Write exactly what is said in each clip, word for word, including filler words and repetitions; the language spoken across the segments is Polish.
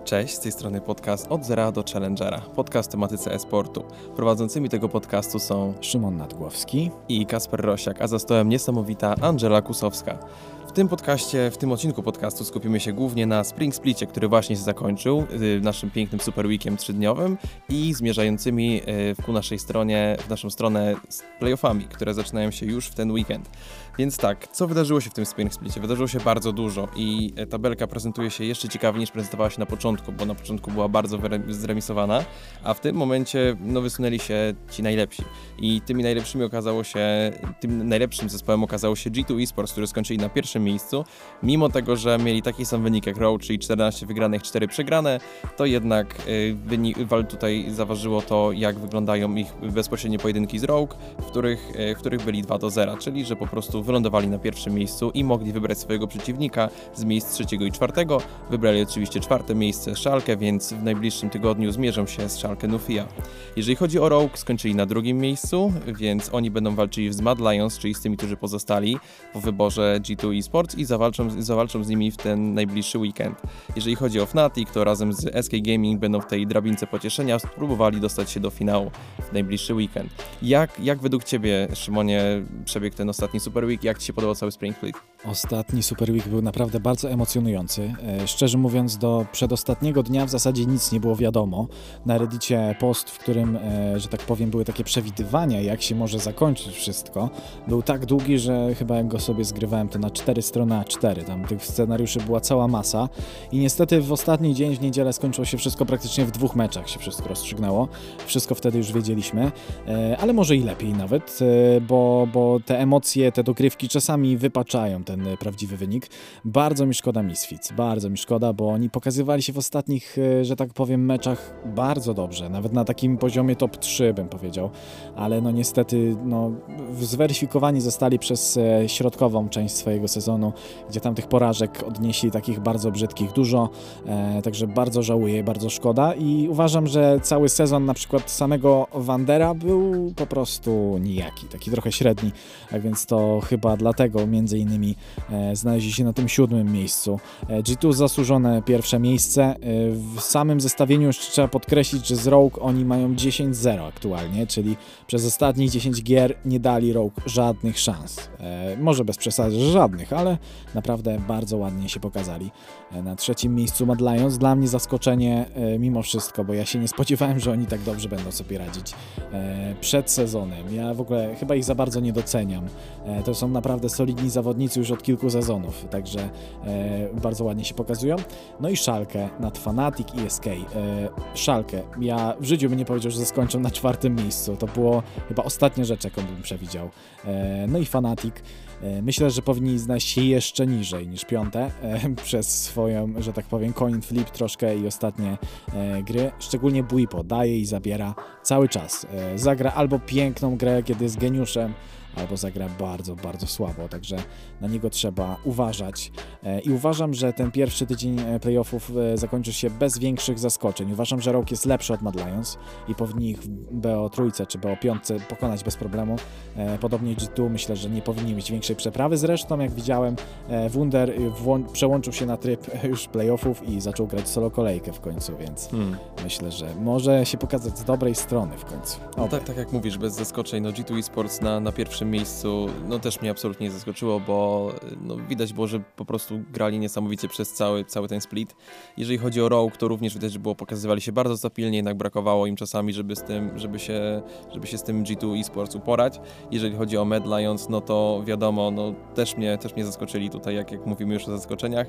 Cześć, z tej strony podcast Od Zera do Challengera, podcast w tematyce e-sportu. Prowadzącymi tego podcastu są Szymon Nadgłowski i Kasper Rosiak, a za stołem niesamowita Angela Kusowska. W tym podcaście, w tym odcinku podcastu skupimy się głównie na Spring Splicie, który właśnie się zakończył, naszym pięknym Super Weekiem trzydniowym i zmierzającymi ku naszej stronie, w naszą stronę z playoffami, które zaczynają się już w ten weekend. Więc tak, co wydarzyło się w tym Spring Splicie? Wydarzyło się bardzo dużo i tabelka prezentuje się jeszcze ciekawiej niż prezentowała się na początku, bo na początku była bardzo zremisowana, a w tym momencie no, wysunęli się ci najlepsi. I tymi najlepszymi okazało się, tym najlepszym zespołem okazało się G dwa Esports, który skończyli na pierwszym miejscu. Mimo tego, że mieli taki sam wynik jak Raw, czyli czternaście wygranych, cztery przegrane, to jednak y, wynik, tutaj zaważyło to, jak wyglądają ich bezpośrednie pojedynki z Rogue, w których, y, w których byli dwa do zera, czyli że po prostu wylądowali na pierwszym miejscu i mogli wybrać swojego przeciwnika z miejsc trzeciego i czwartego. Wybrali oczywiście czwarte miejsce Schalke, więc w najbliższym tygodniu zmierzą się z Schalke Nufia. Jeżeli chodzi o Rogue, skończyli na drugim miejscu, więc oni będą walczyli z Mad Lions, czyli z tymi, którzy pozostali po wyborze G dwa Esports i zawalczą, zawalczą z nimi w ten najbliższy weekend. Jeżeli chodzi o Fnatic, to razem z S K Gaming będą w tej drabince pocieszenia spróbowali dostać się do finału w najbliższy weekend. Jak, jak według Ciebie, Szymonie, przebiegł ten ostatni Super Week? Jak Ci się podobał cały Spring Split? Ostatni Super Week był naprawdę bardzo emocjonujący. E, szczerze mówiąc, do przedostatniego dnia w zasadzie nic nie było wiadomo. Na Reddicie post, w którym, e, że tak powiem, były takie przewidywania, jak się może zakończyć wszystko, był tak długi, że chyba jak go sobie zgrywałem, to na cztery strony A cztery. Tam tych scenariuszy była cała masa i niestety w ostatni dzień, w niedzielę, skończyło się wszystko praktycznie w dwóch meczach się wszystko rozstrzygnęło. Wszystko wtedy już wiedzieliśmy, e, ale może i lepiej nawet, e, bo, bo te emocje, te dogrywki czasami wypaczają ten prawdziwy wynik. Bardzo mi szkoda Misfits, bardzo mi szkoda, bo oni pokazywali się w ostatnich, że tak powiem, meczach bardzo dobrze, nawet na takim poziomie top trzy bym powiedział, ale no niestety no, zweryfikowani zostali przez środkową część swojego sezonu, gdzie tam tych porażek odnieśli takich bardzo brzydkich dużo, e, także bardzo żałuję, bardzo szkoda i uważam, że cały sezon na przykład samego Wandera był po prostu nijaki, taki trochę średni, a więc to chyba dlatego między innymi e, znaleźli się na tym siódmym miejscu. E, G dwa zasłużone pierwsze miejsce. E, w samym zestawieniu jeszcze trzeba podkreślić, że z Rogue oni mają dziesięć zero aktualnie, czyli przez ostatnich dziesięć gier nie dali Rogue żadnych szans. E, może bez przesady, że żadnych, ale naprawdę bardzo ładnie się pokazali. E, na trzecim miejscu Mad Lions. Dla mnie zaskoczenie e, mimo wszystko, bo ja się nie spodziewałem, że oni tak dobrze będą sobie radzić e, przed sezonem. Ja w ogóle chyba ich za bardzo nie doceniam. E, to są naprawdę solidni zawodnicy już od kilku sezonów, także e, bardzo ładnie się pokazują. No i Schalke nad Fnatic i S K. E, Schalke, ja w życiu bym nie powiedział, że skończą na czwartym miejscu. To było chyba ostatnia rzecz, jaką bym przewidział. E, no i Fnatic. E, myślę, że powinni znaleźć się jeszcze niżej niż piąte e, przez swoją, że tak powiem, coin flip troszkę i ostatnie e, gry. Szczególnie Bwipo daje i zabiera cały czas. E, zagra albo piękną grę, kiedy jest geniuszem, albo zagra bardzo, bardzo słabo, także na niego trzeba uważać. E, I uważam, że ten pierwszy tydzień playoffów e, zakończy się bez większych zaskoczeń. Uważam, że Rogue jest lepszy od Mad Lions i powinni ich w B O trzy czy B O pięć pokonać bez problemu. E, podobnie G dwa myślę, że nie powinni mieć większej przeprawy. Zresztą, jak widziałem, e, Wunder przełączył się na tryb już playoffów i zaczął grać solo kolejkę w końcu, więc hmm. myślę, że może się pokazać z dobrej strony w końcu. No tak, tak jak mówisz, bez zaskoczeń, no G dwa Esports na, na pierwszym miejscu, no też mnie absolutnie nie zaskoczyło, bo no, widać było, że po prostu grali niesamowicie przez cały, cały ten split. Jeżeli chodzi o Rogue, to również widać, że było, pokazywali się bardzo zapilnie, jednak brakowało im czasami, żeby, z tym, żeby, się, żeby się z tym G dwa Esports uporać. Jeżeli chodzi o Mad Lions, no to wiadomo, no też mnie, też mnie zaskoczyli tutaj, jak, jak mówimy już o zaskoczeniach,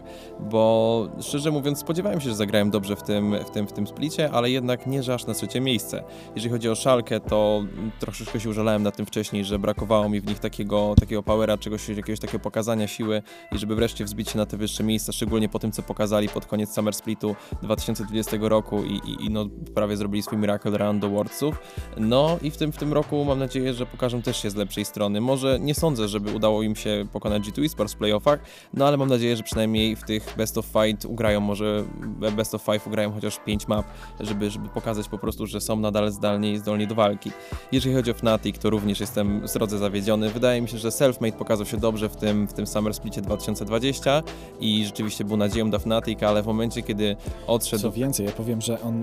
bo szczerze mówiąc spodziewałem się, że zagrałem dobrze w tym, w tym, w tym splicie, ale jednak nie, że aż na trzecie miejsce. Jeżeli chodzi o Schalke, to troszeczkę się użalałem na tym wcześniej, że brakowało mi w nich takiego, takiego powera, czegoś, jakiegoś takiego pokazania siły i żeby wreszcie wzbić się na te wyższe miejsca, szczególnie po tym, co pokazali pod koniec Summer Splitu dwa tysiące dwudziestego roku i, i, i no, prawie zrobili swój Miracle Run do Worldsów. No i w tym, w tym roku mam nadzieję, że pokażą też się z lepszej strony. Może nie sądzę, żeby udało im się pokonać G dwa Esports w playoffach, no ale mam nadzieję, że przynajmniej w tych Best of Five ugrają, może Best of Five ugrają chociaż pięć map, żeby, żeby pokazać po prostu, że są nadal zdalni, zdolni do walki. Jeżeli chodzi o Fnatic, to również jestem w drodze zawiedziony. Wydaje mi się, że Selfmade pokazał się dobrze w tym, w tym Summer Splicie dwa tysiące dwudziestym i rzeczywiście był nadzieją dla Fnatic, ale w momencie, kiedy odszedł... Co więcej, ja powiem, że on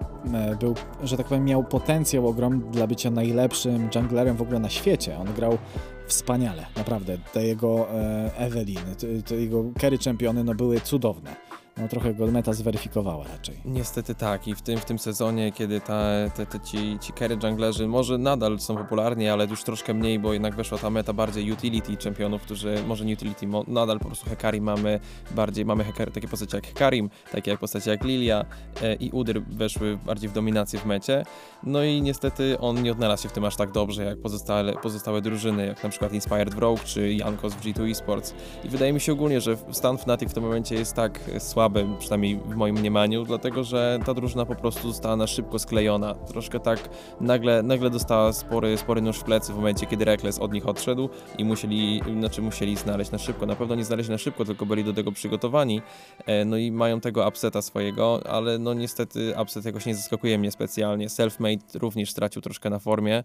e, był, że tak powiem, miał potencjał ogromny dla bycia najlepszym junglerem w ogóle na świecie. On grał wspaniale, naprawdę. Te jego e, Evelyn, te, te jego carry championy no, były cudowne. No trochę go meta zweryfikowała raczej. Niestety tak i w tym, w tym sezonie, kiedy ta, te, te ci, ci carry junglerzy może nadal są popularni, ale już troszkę mniej, bo jednak weszła ta meta bardziej utility czempionów, którzy, może nie utility, mo, nadal po prostu Hekari mamy bardziej, mamy Hekari, takie postacie jak Hekarim, takie jak postacie jak Lilia e, i Udyr weszły bardziej w dominację w mecie. No i niestety on nie odnalazł się w tym aż tak dobrze jak pozostałe, pozostałe drużyny, jak na przykład Inspired w Rogue czy Jankos w G dwa Esports. I wydaje mi się ogólnie, że stan Fnatic w tym momencie jest tak słaby, przynajmniej w moim mniemaniu, dlatego że ta drużyna po prostu została na szybko sklejona. Troszkę tak nagle, nagle dostała spory, spory nóż w plecy w momencie, kiedy Rekkles od nich odszedł i musieli, znaczy musieli znaleźć na szybko. Na pewno nie znaleźli na szybko, tylko byli do tego przygotowani. No i mają tego upseta swojego, ale no niestety upset jakoś nie zaskakuje mnie specjalnie. Selfmade również stracił troszkę na formie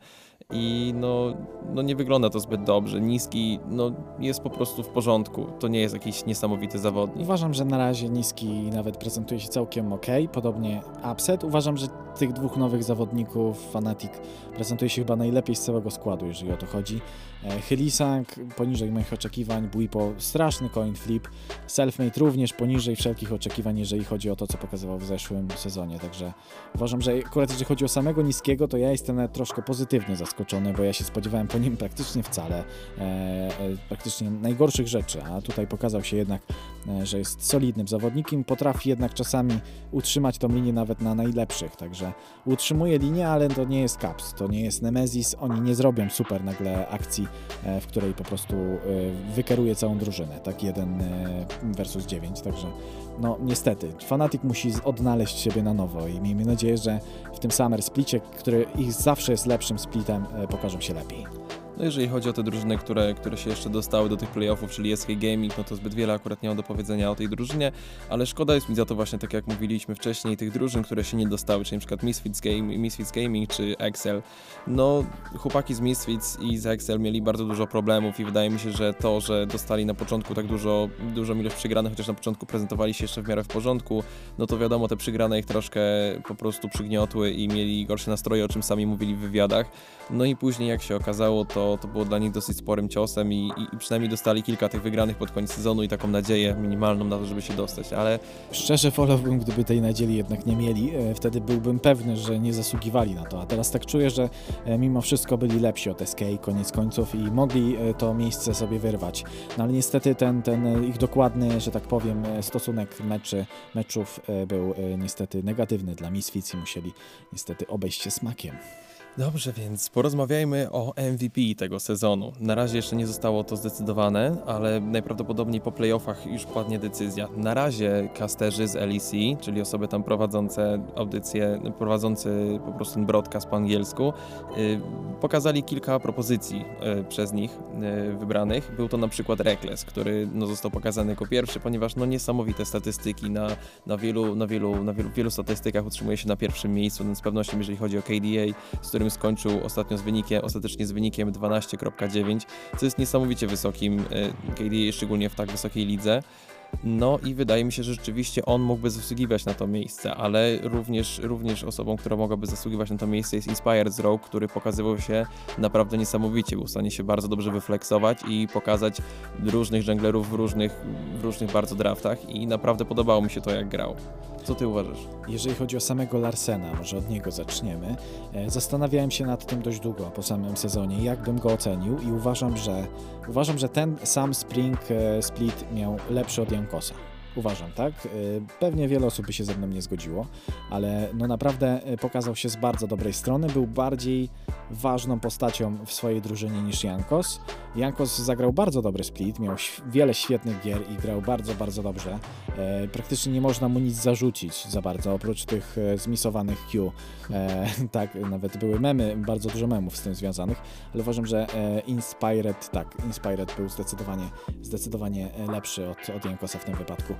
i no, no nie wygląda to zbyt dobrze. Niski no jest po prostu w porządku. To nie jest jakiś niesamowity zawodnik. Uważam, że na razie Niski nawet prezentuje się całkiem ok, podobnie Upset. Uważam, że tych dwóch nowych zawodników Fnatic prezentuje się chyba najlepiej z całego składu, jeżeli o to chodzi. Hylisang poniżej moich oczekiwań, Bwipo straszny coin flip, Selfmade również poniżej wszelkich oczekiwań, jeżeli chodzi o to, co pokazywał w zeszłym sezonie, także uważam, że akurat jeżeli chodzi o samego Niskiego, to ja jestem nawet troszkę pozytywnie zaskoczony, bo ja się spodziewałem po nim praktycznie wcale, e, e, praktycznie najgorszych rzeczy, a tutaj pokazał się jednak, e, że jest solidnym zawodnikiem, potrafi jednak czasami utrzymać tą linię nawet na najlepszych, także utrzymuje linię, ale to nie jest Caps, to nie jest Nemesis, oni nie zrobią super nagle akcji, w której po prostu wykeruje całą drużynę, tak jeden versus dziewięć, także no niestety, Fnatic musi odnaleźć siebie na nowo i miejmy nadzieję, że w tym Summer Splicie, który ich zawsze jest lepszym splitem, pokażą się lepiej. No jeżeli chodzi o te drużyny, które, które się jeszcze dostały do tych playoffów, czyli S K Gaming, no to zbyt wiele akurat nie mam do powiedzenia o tej drużynie, ale szkoda jest mi za to właśnie, tak jak mówiliśmy wcześniej, tych drużyn, które się nie dostały, czyli na przykład Misfits, Game, Misfits Gaming czy Excel. No chłopaki z Misfits i z Excel mieli bardzo dużo problemów i wydaje mi się, że to, że dostali na początku tak dużo, dużą ilość przegranych, chociaż na początku prezentowali się jeszcze w miarę w porządku, no to wiadomo, te przegrane ich troszkę po prostu przygniotły i mieli gorsze nastroje, o czym sami mówili w wywiadach. No i później jak się okazało, to To, to było dla nich dosyć sporym ciosem i, i, i przynajmniej dostali kilka tych wygranych pod koniec sezonu i taką nadzieję minimalną na to, żeby się dostać, ale... Szczerze wolałbym, gdyby tej nadziei jednak nie mieli, e, wtedy byłbym pewny, że nie zasługiwali na to, a teraz tak czuję, że e, mimo wszystko byli lepsi od S K koniec końców i mogli e, to miejsce sobie wyrwać, no ale niestety ten, ten ich dokładny, że tak powiem, stosunek meczy, meczów e, był e, niestety negatywny dla Misfits i musieli niestety obejść się smakiem. Dobrze, więc porozmawiajmy o M V P tego sezonu. Na razie jeszcze nie zostało to zdecydowane, ale najprawdopodobniej po playoffach już padnie decyzja. Na razie casterzy z L E C, czyli osoby tam prowadzące audycje, prowadzący po prostu ten broadcast po angielsku, yy, pokazali kilka propozycji yy, przez nich yy, wybranych. Był to na przykład Rekkles, który no, został pokazany jako pierwszy, ponieważ no, niesamowite statystyki na, na, wielu, na, wielu, na wielu, wielu statystykach utrzymuje się na pierwszym miejscu, no, z pewnością jeżeli chodzi o K D A, z którym skończył ostatnio z wynikiem, ostatecznie z wynikiem dwanaście przecinek dziewięć, co jest niesamowicie wysokim K D A, szczególnie w tak wysokiej lidze. No i wydaje mi się, że rzeczywiście on mógłby zasługiwać na to miejsce, ale również, również osobą, która mogłaby zasługiwać na to miejsce jest Inspired z Rogue, który pokazywał się naprawdę niesamowicie, był w stanie się bardzo dobrze wyfleksować i pokazać różnych junglerów w różnych, w różnych bardzo draftach i naprawdę podobało mi się to, jak grał. Co ty uważasz? Jeżeli chodzi o samego Larsena, może od niego zaczniemy, zastanawiałem się nad tym dość długo po samym sezonie, jak bym go ocenił i uważam, że uważam, że ten sam Spring Split miał lepszy od Jankosa. Uważam, tak? Pewnie wiele osób by się ze mną nie zgodziło, ale no naprawdę pokazał się z bardzo dobrej strony, był bardziej ważną postacią w swojej drużynie niż Jankos. Jankos zagrał bardzo dobry split, miał wiele świetnych gier i grał bardzo, bardzo dobrze. E, praktycznie nie można mu nic zarzucić za bardzo, oprócz tych e, zmisowanych Q. E, tak, nawet były memy, bardzo dużo memów z tym związanych, ale uważam, że e, Inspired, tak, Inspired był zdecydowanie, zdecydowanie lepszy od, od Jankosa w tym wypadku.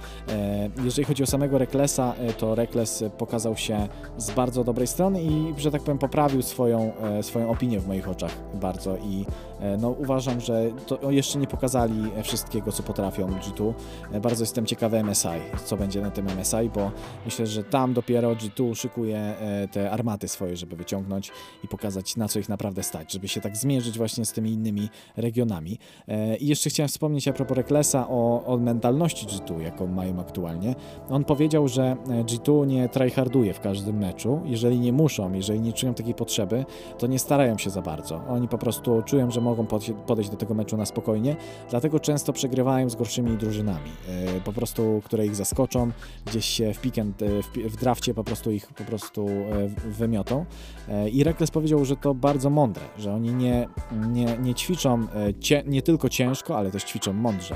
Jeżeli chodzi o samego Recklessa, to Reckles pokazał się z bardzo dobrej strony i, że tak powiem, poprawił swoją, swoją opinię w moich oczach bardzo i no, uważam, że to jeszcze nie pokazali wszystkiego, co potrafią G dwa. Bardzo jestem ciekawy M S I, co będzie na tym M S I, bo myślę, że tam dopiero G dwa szykuje te armaty swoje, żeby wyciągnąć i pokazać, na co ich naprawdę stać, żeby się tak zmierzyć właśnie z tymi innymi regionami. I jeszcze chciałem wspomnieć a propos Recklessa o, o mentalności G dwa, jaką mają aktualnie. On powiedział, że G dwa nie tryharduje w każdym meczu. Jeżeli nie muszą, jeżeli nie czują takiej potrzeby, to nie starają się za bardzo. Oni po prostu czują, że mogą podejść do tego meczu na spokojnie, dlatego często przegrywają z gorszymi drużynami, po prostu, które ich zaskoczą, gdzieś się w pick and, w, w drafcie po prostu ich po prostu wymiotą. I Reckless powiedział, że to bardzo mądre, że oni nie, nie, nie ćwiczą cie, nie tylko ciężko, ale też ćwiczą mądrze.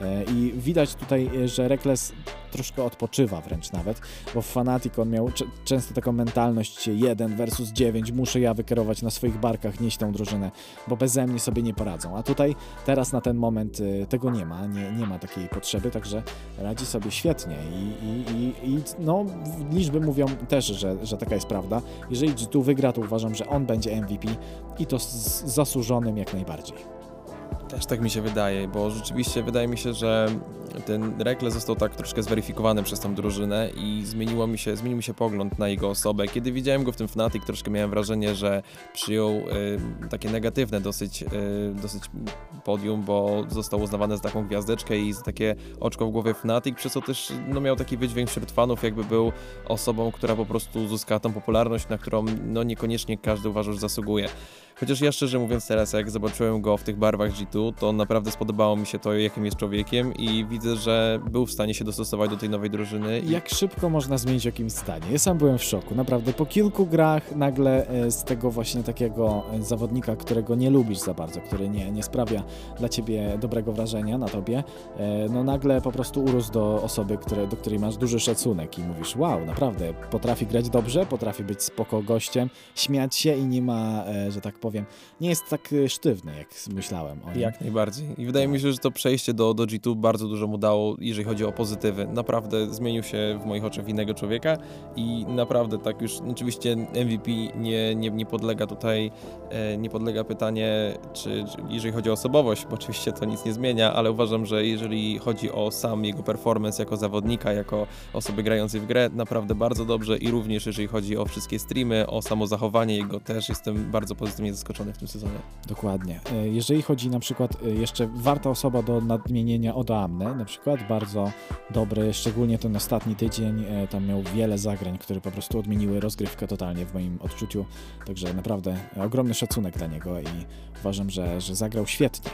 I widać tutaj, że Reckless troszkę odpoczywa wręcz nawet, bo w Fnatic on miał często taką mentalność jeden versus dziewięć, muszę ja wykierować na swoich barkach, nieść tą drużynę, bo beze mnie sobie nie poradzą. A tutaj teraz na ten moment tego nie ma, nie, nie ma takiej potrzeby, także radzi sobie świetnie i, i, i, i no, liczby mówią też, że, że taka jest prawda. Jeżeli G dwa wygra, to uważam, że on będzie M V P i to z zasłużonym jak najbardziej. Też tak mi się wydaje, bo rzeczywiście wydaje mi się, że ten Reckless został tak troszkę zweryfikowany przez tą drużynę i zmieniło mi się, zmienił mi się pogląd na jego osobę. Kiedy widziałem go w tym Fnatic, troszkę miałem wrażenie, że przyjął y, takie negatywne dosyć, y, dosyć podium, bo został uznawany za taką gwiazdeczkę i za takie oczko w głowie Fnatic, przez co też no, miał taki wydźwięk wśród fanów, jakby był osobą, która po prostu uzyskała tą popularność, na którą no, niekoniecznie każdy uważa, że zasługuje. Chociaż ja szczerze mówiąc teraz, jak zobaczyłem go w tych barwach G dwa, to naprawdę spodobało mi się to, jakim jest człowiekiem i widzę, że był w stanie się dostosować do tej nowej drużyny. Jak szybko można zmienić jakimś stanie? Ja sam byłem w szoku, naprawdę. Po kilku grach nagle z tego właśnie takiego zawodnika, którego nie lubisz za bardzo, który nie, nie sprawia dla ciebie dobrego wrażenia na tobie, no nagle po prostu urósł do osoby, które, do której masz duży szacunek i mówisz, wow, naprawdę, potrafi grać dobrze, potrafi być spoko gościem, śmiać się i nie ma, że tak powiem, nie jest tak sztywny, jak myślałem o nim. Jak najbardziej. I wydaje mi się, że to przejście do, do G dwa bardzo dużo mu dało, jeżeli chodzi o pozytywy. Naprawdę zmienił się w moich oczach w innego człowieka i naprawdę tak już, oczywiście M V P nie, nie, nie podlega tutaj, e, nie podlega pytanie, czy, czy jeżeli chodzi o osobowość, bo oczywiście to nic nie zmienia, ale uważam, że jeżeli chodzi o sam jego performance jako zawodnika, jako osoby grającej w grę, naprawdę bardzo dobrze i również jeżeli chodzi o wszystkie streamy, o samo zachowanie jego, też jestem bardzo pozytywnie zaskoczony w tym sezonie. Dokładnie. Jeżeli chodzi na przykład jeszcze warta osoba do nadmienienia Odoamne, na przykład bardzo dobry, szczególnie ten ostatni tydzień, tam miał wiele zagrań, które po prostu odmieniły rozgrywkę totalnie w moim odczuciu, także naprawdę ogromny szacunek dla niego i uważam, że, że zagrał świetnie.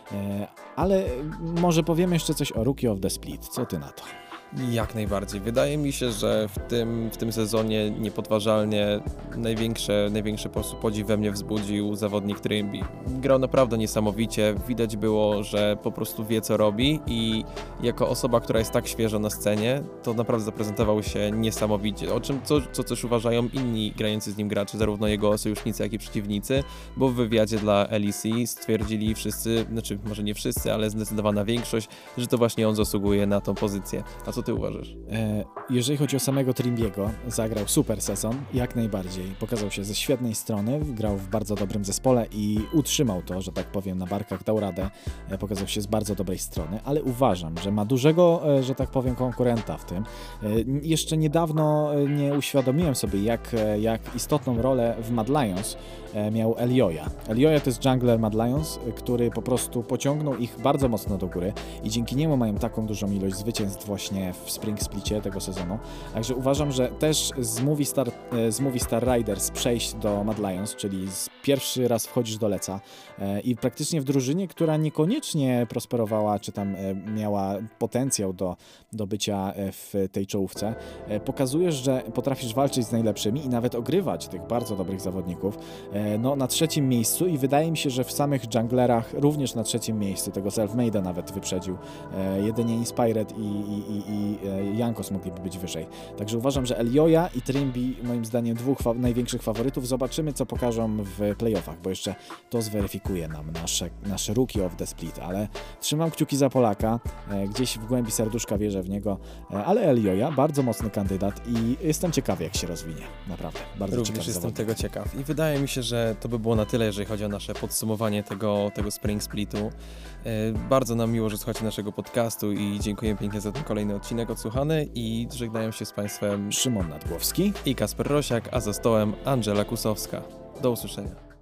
Ale może powiemy jeszcze coś o Rookie of the Split, co ty na to? Jak najbardziej. Wydaje mi się, że w tym, w tym sezonie niepodważalnie największe, największy podziw we mnie wzbudził zawodnik, który grał naprawdę niesamowicie. Widać było, że po prostu wie, co robi i jako osoba, która jest tak świeża na scenie, to naprawdę zaprezentował się niesamowicie. O czym, co, co też uważają inni grający z nim gracze, zarówno jego sojusznicy, jak i przeciwnicy, bo w wywiadzie dla L E C stwierdzili wszyscy, znaczy może nie wszyscy, ale zdecydowana większość, że to właśnie on zasługuje na tą pozycję. A co ty uważasz? Jeżeli chodzi o samego Trimbiego, zagrał super sezon, jak najbardziej. Pokazał się ze świetnej strony, grał w bardzo dobrym zespole i utrzymał to, że tak powiem, na barkach, dał radę, pokazał się z bardzo dobrej strony, ale uważam, że ma dużego, że tak powiem, konkurenta w tym. Jeszcze niedawno nie uświadomiłem sobie, jak, jak istotną rolę w Mad Lions miał Elioja. Elioja to jest jungler Mad Lions, który po prostu pociągnął ich bardzo mocno do góry i dzięki niemu mają taką dużą ilość zwycięstw właśnie w Spring Splicie tego sezonu. Także uważam, że też z Movie Star, z Movie Star Riders przejść do Mad Lions, czyli z pierwszy raz wchodzisz do Leca i praktycznie w drużynie, która niekoniecznie prosperowała, czy tam miała potencjał do, do bycia w tej czołówce, pokazujesz, że potrafisz walczyć z najlepszymi i nawet ogrywać tych bardzo dobrych zawodników. No, na trzecim miejscu i wydaje mi się, że w samych junglerach również na trzecim miejscu, tego Selfmade'a nawet wyprzedził, jedynie Inspired i, i, i Jankos mogliby być wyżej. Także uważam, że Elioja i Trimby moim zdaniem dwóch fa- największych faworytów. Zobaczymy, co pokażą w playoffach, bo jeszcze to zweryfikuje nam nasze, nasze rookie of the split, ale trzymam kciuki za Polaka, gdzieś w głębi serduszka wierzę w niego, ale Elioja, bardzo mocny kandydat i jestem ciekawy, jak się rozwinie. Naprawdę, bardzo Również ciekawy jestem zawodnik. tego ciekaw. I wydaje mi się, że to by było na tyle, jeżeli chodzi o nasze podsumowanie tego, tego Spring Splitu. Yy, bardzo nam miło, że słuchacie naszego podcastu i dziękuję pięknie za ten kolejny odcinek odsłuchany i żegnają się z Państwem Szymon Nadgłowski i Kasper Rosiak, a za stołem Angela Kusowska. Do usłyszenia.